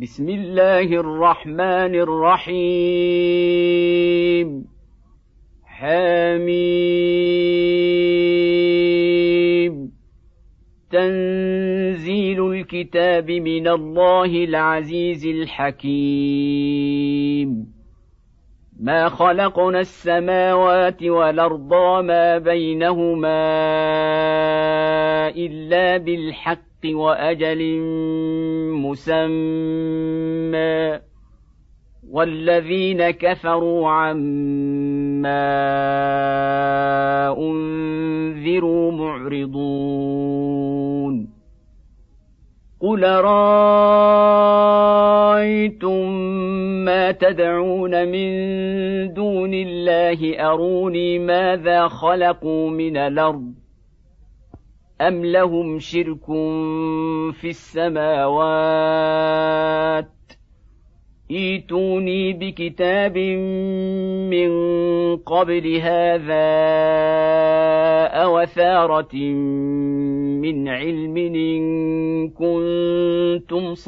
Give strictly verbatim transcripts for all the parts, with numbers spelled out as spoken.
بسم الله الرحمن الرحيم حميم تنزيل الكتاب من الله العزيز الحكيم ما خلقنا السماوات والأرض وما بينهما إلا بالحق وأجل مسمى والذين كفروا عما أنذروا معرضون قل رأيتم ما تدعون من دون الله أروني ماذا خلقوا من الأرض أم لهم شرك في السماوات ائتوني بكتاب من قبل هذا أو أثارة من علم إن كنتم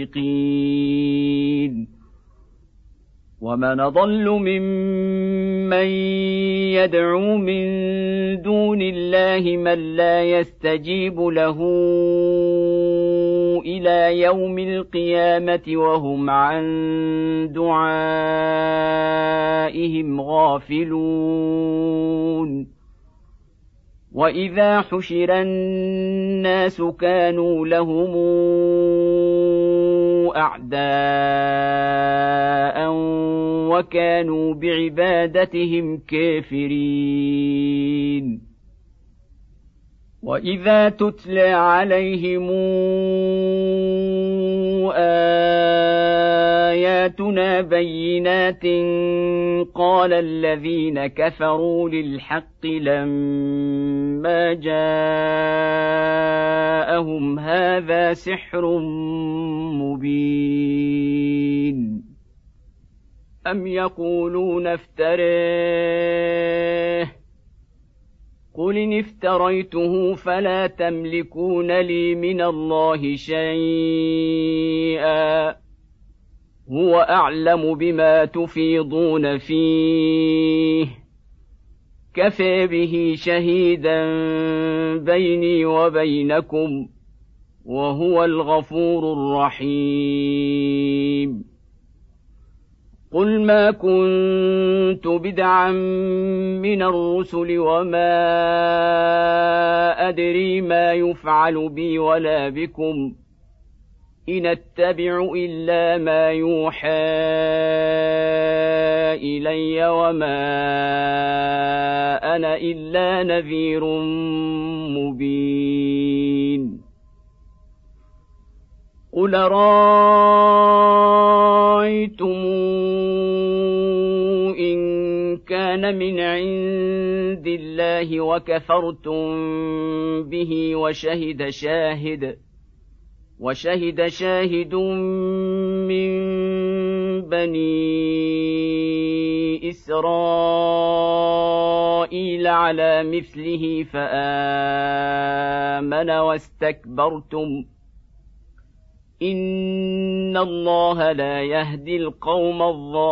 صادقين ومن أضل ممن يدعو من دون الله من لا يستجيب له إلى يوم القيامة وهم عن دعائهم غافلون وإذا حشر الناس كانوا لهم أعداء وكانوا بعبادتهم كافرين وإذا تتلى عليهم آياتنا بينات قال الذين كفروا للحق لما جاءهم هذا سحر مبين أم يقولون افتريه قل إن افتريته فلا تملكون لي من الله شيئا هو أعلم بما تفيضون فيه كفى به شهيدا بيني وبينكم وهو الغفور الرحيم قل ما كنت بدعا من الرسل وما أدري ما يفعل بي ولا بكم إن أتبع إلا ما يوحى إلي وما أنا إلا نذير مبين قل رأيتم إن كان من عند الله وكفرتم به وشهد شاهد وشهد شاهد من بني إسرائيل على مثله فآمن واستكبرتم إن الله لا يهدي القوم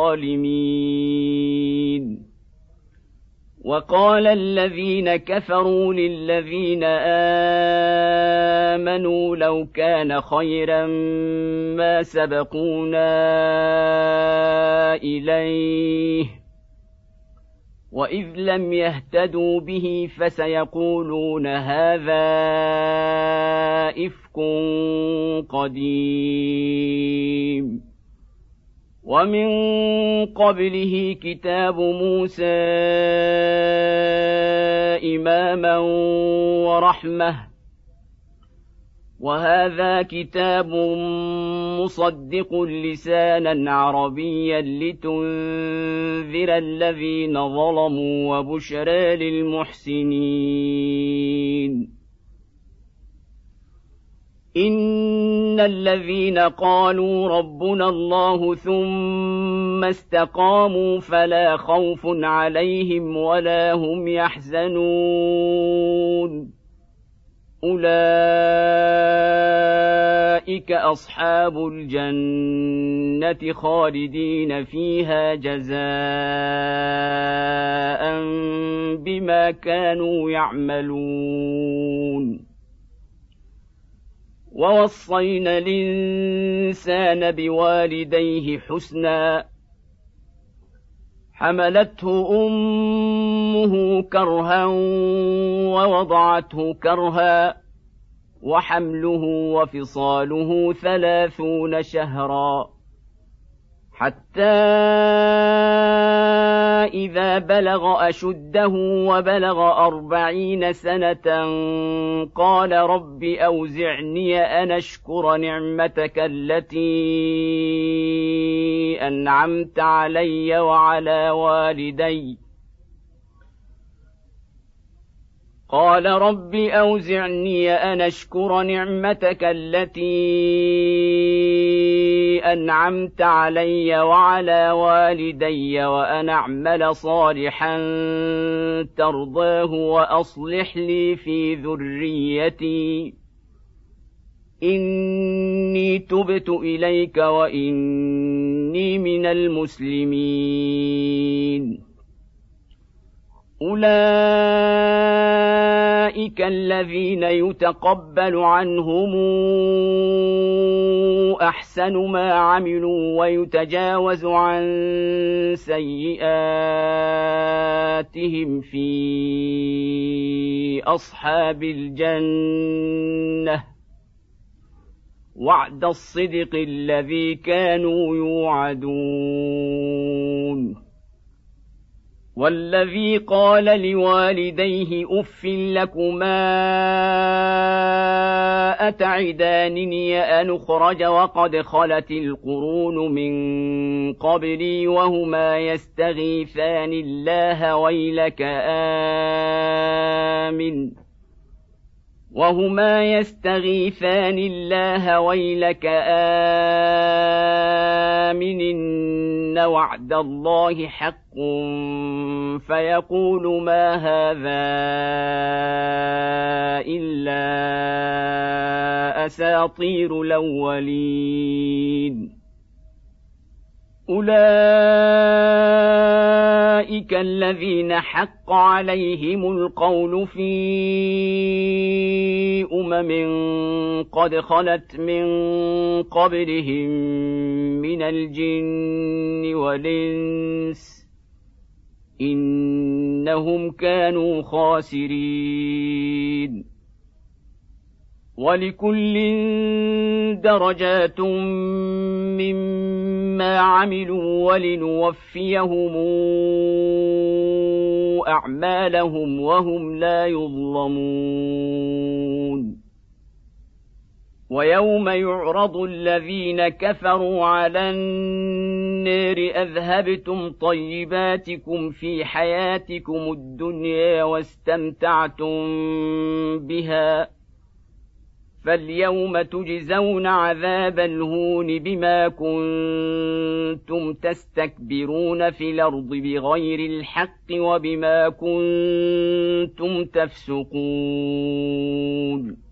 الظالمين وقال الذين كفروا للذين آمنوا لو كان خيرا ما سبقونا إليه وإذ لم يهتدوا به فسيقولون هذا إفك قديم ومن قبله كتاب موسى إماما ورحمة وهذا كتاب مصدق لسانا عربيا لتنذر الذين ظلموا وبشرى للمحسنين إن الذين قالوا ربنا الله ثم استقاموا فلا خوف عليهم ولا هم يحزنون أولئك أصحاب الجنة خالدين فيها جزاء بما كانوا يعملون ووصينا الإنسان بوالديه حسنا حملته أمه كرها ووضعته كرها وحمله وفصاله ثلاثون شهرا حتى إذا بلغ أشده وبلغ أربعين سنة قال رب أوزعني أن أشكر نعمتك التي أنعمت علي وعلى والدي قال رب أوزعني أن أشكر نعمتك التي أنعمت علي وعلى والدي وأن أعمل صالحا ترضاه وأصلح لي في ذريتي إني تبت إليك وإني من المسلمين أولئك الذين يتقبل عنهم أحسن ما عملوا ويتجاوز عن سيئاتهم في أصحاب الجنة وعد الصدق الذي كانوا يوعدون والذي قال لوالديه أف لكما أتعدانني أن أخرج وقد خلت القرون من قبلي وهما يستغيثان الله ويلك آمن وهما يستغيثان الله ويلك آمن إن وعد الله حق فيقول ما هذا إلا أساطير الأولين أولئك الذين حق عليهم القول في أمم قد خلت من قبلهم من الجن والإنس إنهم كانوا خاسرين ولكل درجات مما عملوا ولنوفيهم أعمالهم وهم لا يظلمون ويوم يعرض الذين كفروا على النار أذهبتم طيباتكم في حياتكم الدنيا واستمتعتم بها فاليوم تجزون عذاب الهون بما كنتم تستكبرون في الأرض بغير الحق وبما كنتم تفسقون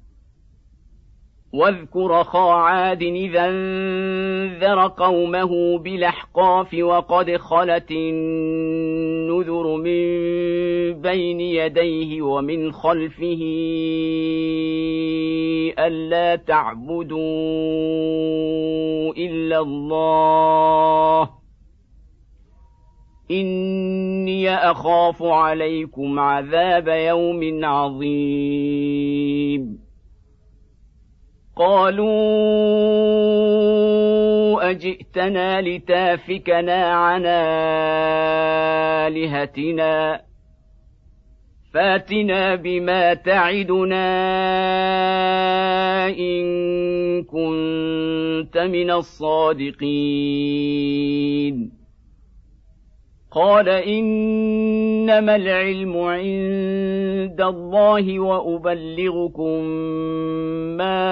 واذكر أخا عاد إذا انذر قومه بالأحقاف وقد خلت النذر من بين يديه ومن خلفه ألا تعبدوا إلا الله إني أخاف عليكم عذاب يوم عظيم قالوا أجئتنا لتافكنا عن آلهتنا فاتنا بما تعدنا إن كنت من الصادقين قال إنما العلم عند الله وأبلغكم ما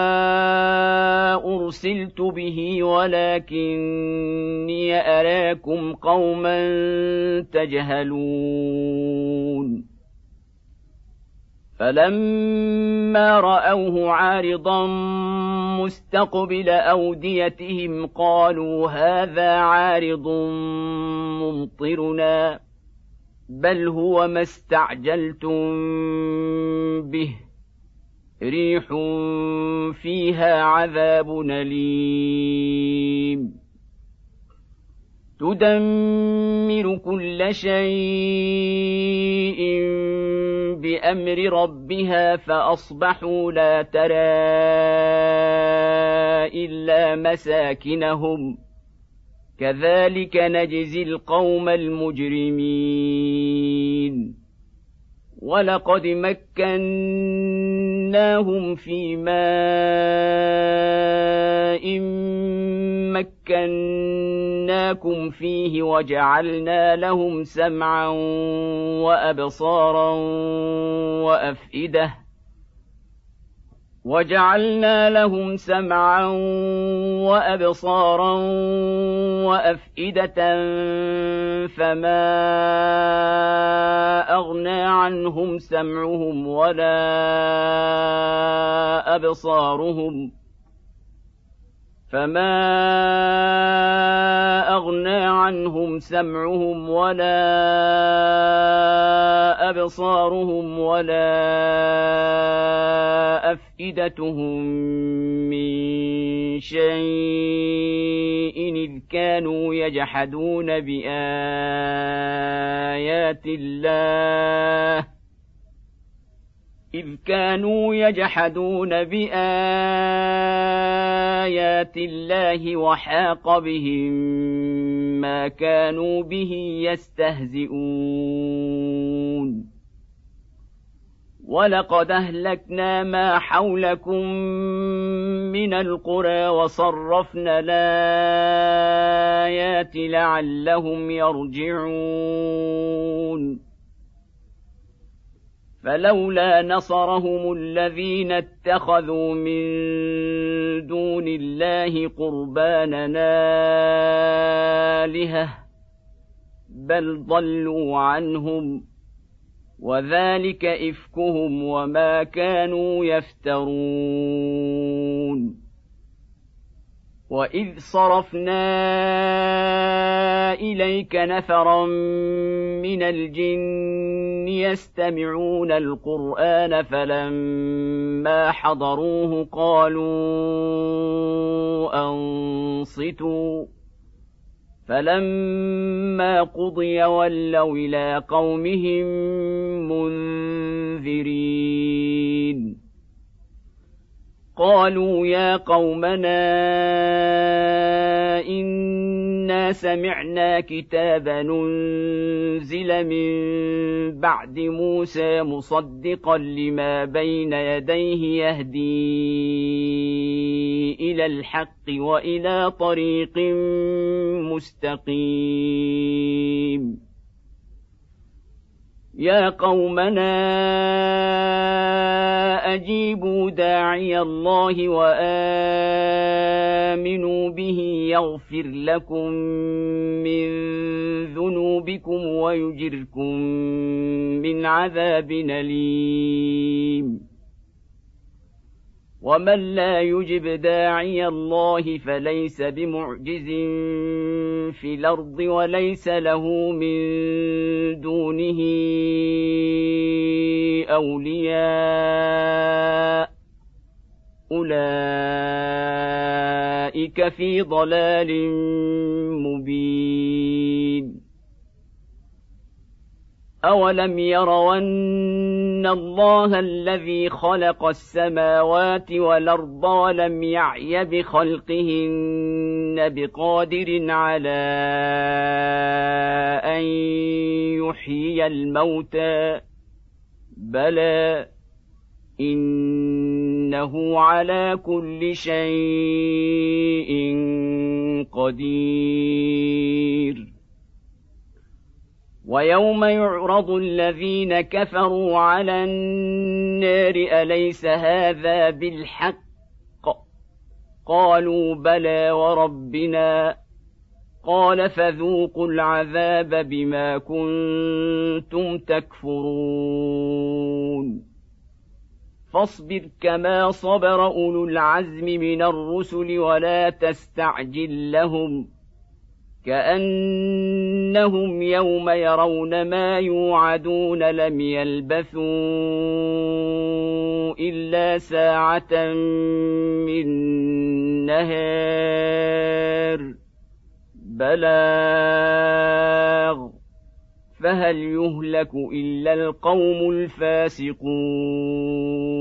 أرسلت به ولكني أراكم قوما تجهلون فلما رأوه عارضا مستقبل أوديتهم قالوا هذا عارض ممطرنا بل هو ما استعجلتم به ريح فيها عذاب أليم تدمر كل شيء بأمر ربها فأصبحوا لا ترى إلا مساكنهم كذلك نجزي القوم المجرمين ولقد مكناهم في ماء مكناكم فيه وجعلنا لهم سمعا وأبصارا وأفئدة وجعلنا لهم سمعا وأبصارا وأفئدة فما أغنى عنهم سمعهم ولا أبصارهم فما أغنى عنهم سمعهم ولا أبصارهم ولا أفئدتهم من شيء إذ كانوا يجحدون بآيات الله إذ كانوا يجحدون بآيات الله وحاق بهم ما كانوا به يستهزئون ولقد أهلكنا ما حولكم من القرى وصرفنا الآيات لعلهم يرجعون فلولا نصرهم الذين اتخذوا من دون الله قربانا آلهة بل ضلوا عنهم وذلك إفكهم وما كانوا يفترون وإذ صرفنا إليك نفرا من الجن يستمعون القرآن فلما حضروه قالوا أنصتوا فلما قضي ولوا إلى قومهم منذرين قالوا يا قومنا إنا سمعنا كتابا أنزل من بعد موسى مصدقا لما بين يديه يهدي إلى الحق وإلى طريق مستقيم يا قومنا أجيبوا داعي الله وآمنوا به يغفر لكم من ذنوبكم ويجركم من عذاب أليم ومن لا يجب داعي الله فليس بمعجز في الأرض وليس له من دونه أولياء أولئك في ضلال مبين أولم يروا أن الله الذي خلق السماوات والأرض ولم يعي بخلقهن بقادر على أن يحيي الموتى بلى إنه على كل شيء قدير ويوم يعرض الذين كفروا على النار أليس هذا بالحق قالوا بلى وربنا قال فذوقوا العذاب بما كنتم تكفرون فاصبر كما صبر أولو العزم من الرسل ولا تستعجل لهم كأنهم يوم يرون ما يوعدون لم يلبثوا إلا ساعة من نهار بلاغ فهل يهلك إلا القوم الفاسقون